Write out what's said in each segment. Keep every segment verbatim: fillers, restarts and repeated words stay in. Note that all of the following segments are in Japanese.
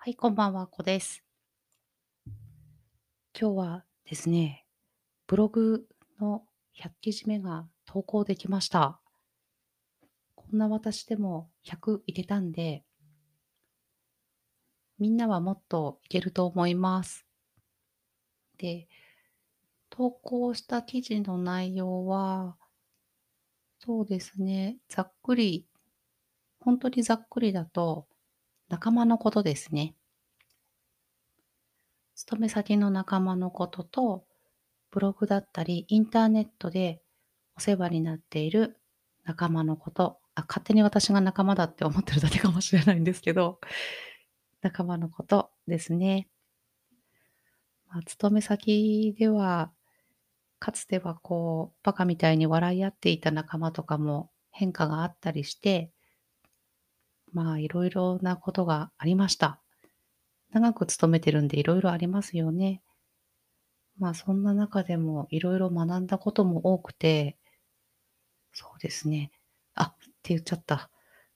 はい、こんばんは、こです。今日はですね、ブログのひゃく記事目が投稿できました。こんな私でもひゃくいけたんで、みんなはもっといけると思います。で、投稿した記事の内容は、そうですね、ざっくり、本当にざっくりだと、仲間のことですね。勤め先の仲間のことと、ブログだったり、インターネットでお世話になっている仲間のこと、あ、勝手に私が仲間だって思ってるだけかもしれないんですけど、仲間のことですね。まあ、勤め先では、かつてはこう、バカみたいに笑い合っていた仲間とかも変化があったりして、まあ、いろいろなことがありました。長く勤めてるんでいろいろありますよね。まあ、そんな中でもいろいろ学んだことも多くて、そうですね。あ、って言っちゃった。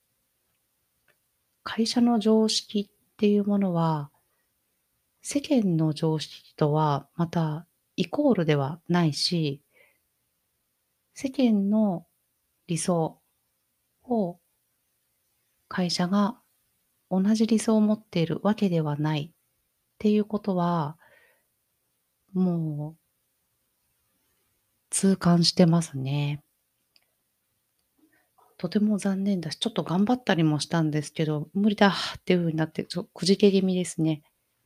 会社の常識っていうものは、世間の常識とはまたイコールではないし、世間の理想を会社が同じ理想を持っているわけではないっていうことは、もう痛感してますね。とても残念だし、ちょっと頑張ったりもしたんですけど、無理だっていう風になって、ちょくじけ気味ですね。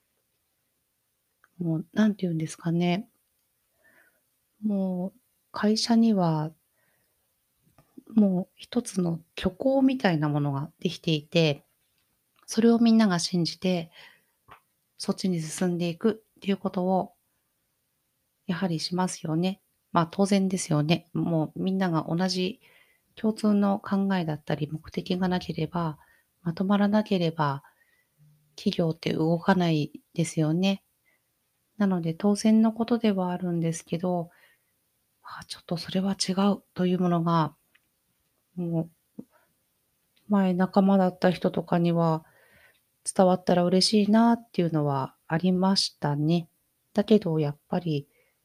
もうなんて言うんですかね。もう会社にはもう一つの虚構みたいなものができていて、それをみんなが信じて、そっちに進んでいくっていうことをやはりしますよね。まあ当然ですよね。もうみんなが同じ共通の考えだったり目的がなければ、まとまらなければ企業って動かないですよね。なので当然のことではあるんですけど、あ、ちょっとそれは違うというものが、もう前仲間だった人とかには伝わったら嬉しいなっていうのはありましたね。だけどやっぱり、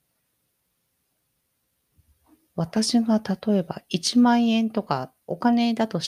私が例えばいちまん円とかお金だとして、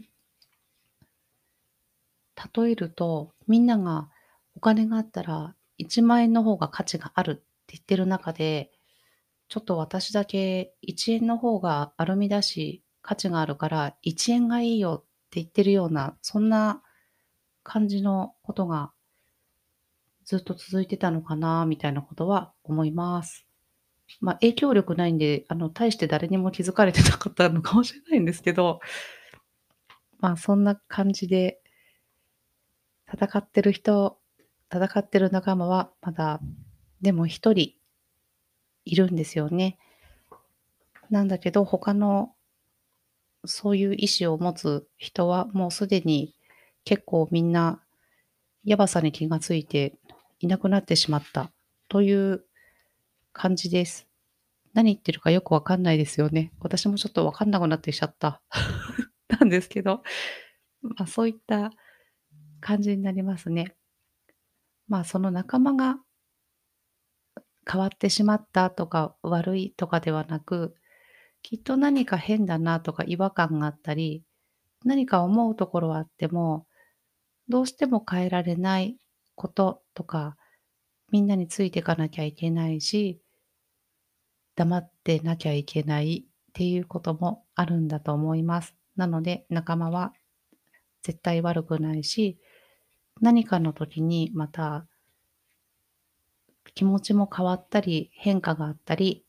例えると、みんながお金があったらいちまん円の方が価値があるって言ってる中で、ちょっと私だけいちえんの方がアルミだし、価値があるからいちえんがいいよって言ってるような、そんな感じのことがずっと続いてたのかなみたいなことは思います。まあ、影響力ないんで、あの、大して誰にも気づかれてなかったのかもしれないんですけど、まあ、そんな感じで、戦ってる人戦ってる仲間はまだ、でも一人いるんですよね。なんだけど、他のそういう意志を持つ人はもうすでに結構みんなやばさに気がついていなくなってしまったという感じです。何言ってるかよくわかんないですよね。私もちょっとわかんなくなってきちゃった。なんですけど、ま、そういった感じになりますね。まあ、その仲間が変わってしまったとか、悪いとかではなく、きっと何か変だなとか違和感があったり、何か思うところはあっても、どうしても変えられないこととか、みんなについてかなきゃいけないし、黙ってなきゃいけないっていうこともあるんだと思います。なので、仲間は絶対悪くないし、何かの時にまた気持ちも変わったり、変化があったり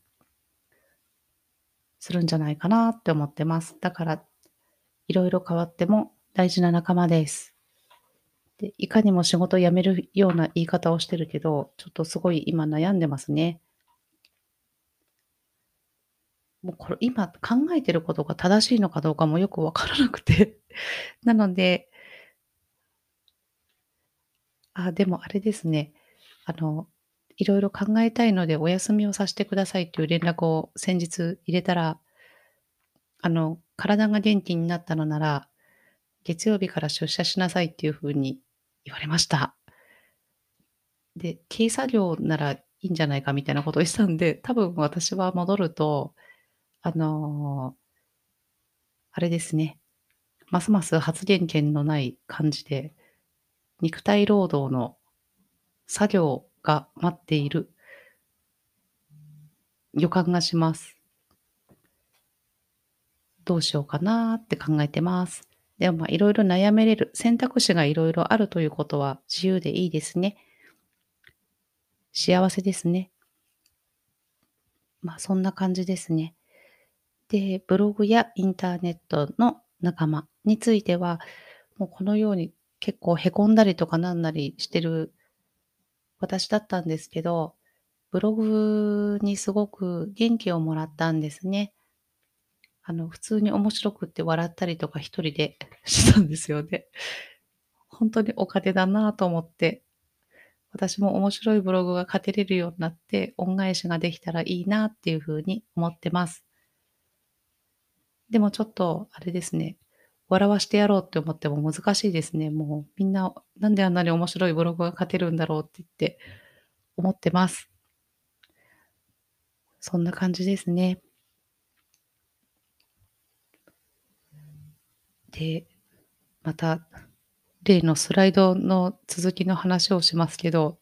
するんじゃないかなって思ってます。だから、いろいろ変わっても大事な仲間です。で、いかにも仕事を辞めるような言い方をしてるけど、ちょっとすごい今悩んでますね。もうこれ今考えてることが正しいのかどうかもよくわからなくて。なので、あ、でもあれですね。あの、いろいろ考えたいのでお休みをさせてくださいという連絡を先日入れたら、あの、体が元気になったのなら、月曜日から出社しなさいっていう風に言われました。で、軽作業ならいいんじゃないかみたいなことを言ってたんで、多分私は戻ると、あの、あれですね、ますます発言権のない感じで、肉体労働の作業が待っている予感がします。どうしようかなって考えてます。でも、ま、いろいろ悩めれる、選択肢がいろいろあるということは自由でいいですね。幸せですね。ま、そんな感じですね。で、ブログやインターネットの仲間については、もうこのように結構へこんだりとかなんなりしてる私だったんですけど、ブログにすごく元気をもらったんですね。あの、普通に面白くって笑ったりとか一人でしてたんですよね。ほんとにおかげだなと思って、私も面白いブログが書けれるようになって、恩返しができたらいいなっていう風に思ってます。でもちょっとあれですね、笑わしてやろうって思っても難しいですね。もうみんな、なんであんなに面白いブログが書けるんだろうって言って思ってます。そんな感じですね。で、また例のスライドの続きの話をしますけど、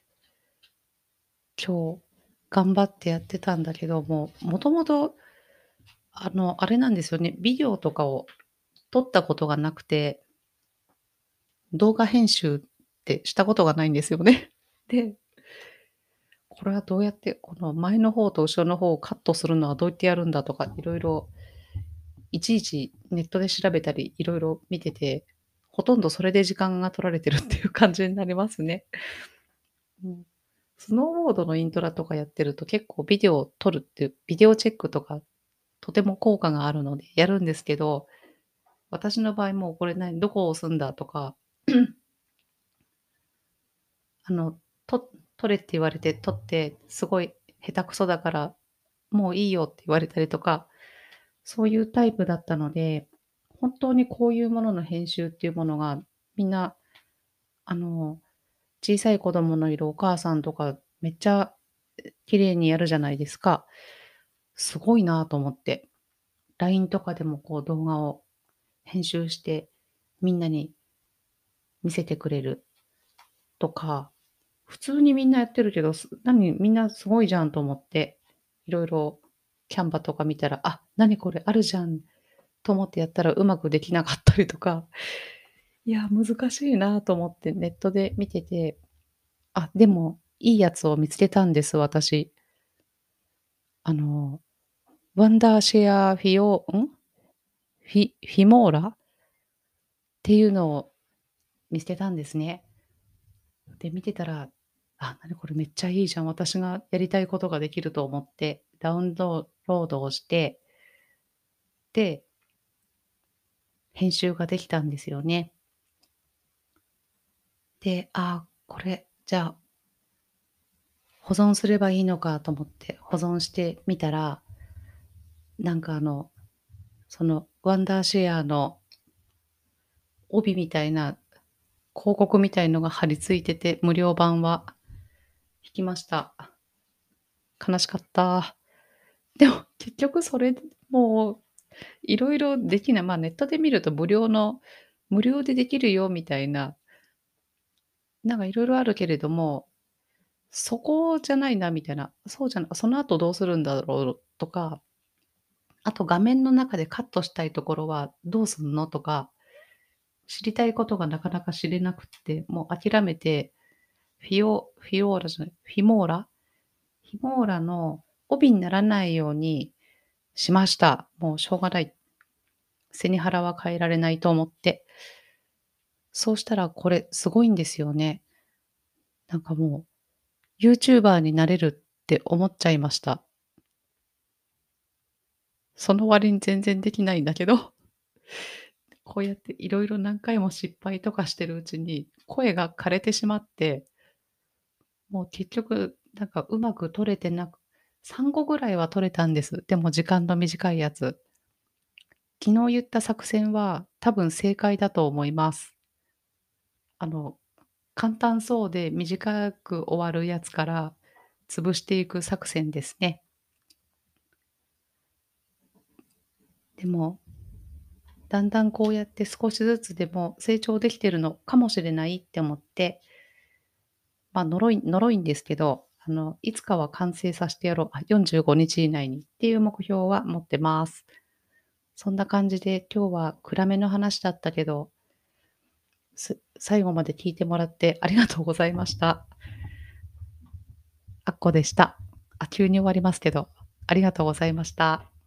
今日頑張ってやってたんだけども、もともとあの、あれなんですよね、ビデオとかを撮ったことがなくて、動画編集ってしたことがないんですよね。で、これはどうやって、この前の方と後ろの方をカットするのはどうやってやるんだとか、いろいろいちいちネットで調べたり、いろいろ見てて、ほとんどそれで時間が取られてるっていう感じになりますね。うん。スノーボードのイントラとかやってると結構ビデオを撮るっていう、ビデオチェックとかとても効果があるのでやるんですけど、私の場合もうこれ何どこを押すんだとか、あの、と撮れって言われて撮って、すごい下手くそだから、もういいよって言われたりとか、そういうタイプだったので、本当にこういうものの編集っていうものが、みんな、あの、小さい子供のいるお母さんとか、めっちゃ、え、綺麗にやるじゃないですか。すごいなと思って。ライン とかでもこう動画を編集して、みんなに見せてくれるとか、普通にみんなやってるけど、す何、みんなすごいじゃんと思って、いろいろキャンバとか見たら、あ、何これあるじゃんと思ってやったらうまくできなかったりとか、いや、難しいなと思ってネットで見てて、あ、でもいいやつを見つけたんです、私。あの、ワンダーシェアフィオん？フィフィモーラっていうのを見つけたんですね。で、見てたら、あ、なにこれめっちゃいいじゃん、私がやりたいことができると思って、ダウンロードをして、で、編集ができたんですよね。で、あ、これ、じゃあ、保存すればいいのかと思って保存してみたら、なんかあの、そのワンダーシェアの帯みたいな、広告みたいのが貼り付いてて、無料版は引きました。悲しかった。でも結局それもういろいろできない、ま、ネットで見ると無料の無料でできるよみたいな、なんかいろいろあるけれども、そこじゃないなみたいな、そうじゃなその後どうするんだろうとか、あと画面の中でカットしたいところはどうすんのとか、知りたいことがなかなか知れなくって、もう諦めて、フィオフィオーラじゃない、フィモーラフィモーラの帯にならないようにしました。もうしょうがない。背に腹は変えられないと思って。そうしたらこれすごいんですよね。なんかもう、ユーチューバーになれるって思っちゃいました。その割に全然できないんだけど、こうやっていろいろ何回も失敗とかしてるうちに、声が枯れてしまって、もう結局なんかうまく撮れてなくさんこぐらいは撮れたんです。でも時間の短いやつ。昨日言った作戦は多分正解だと思います。あの簡単そうで短く終わるやつから潰していく作戦ですね。でも、だんだんこうやって少しずつでも成長できてるのかもしれないって思って、まあ、のろい呪いんですけど、あの、いつかは完成させてやろう、あ、よんじゅうごにち以内にっていう目標は持ってます。そんな感じで今日は暗めの話だったけど、す最後まで聞いてもらってありがとうございました。あっこでした。あ、急に終わりますけど、ありがとうございました。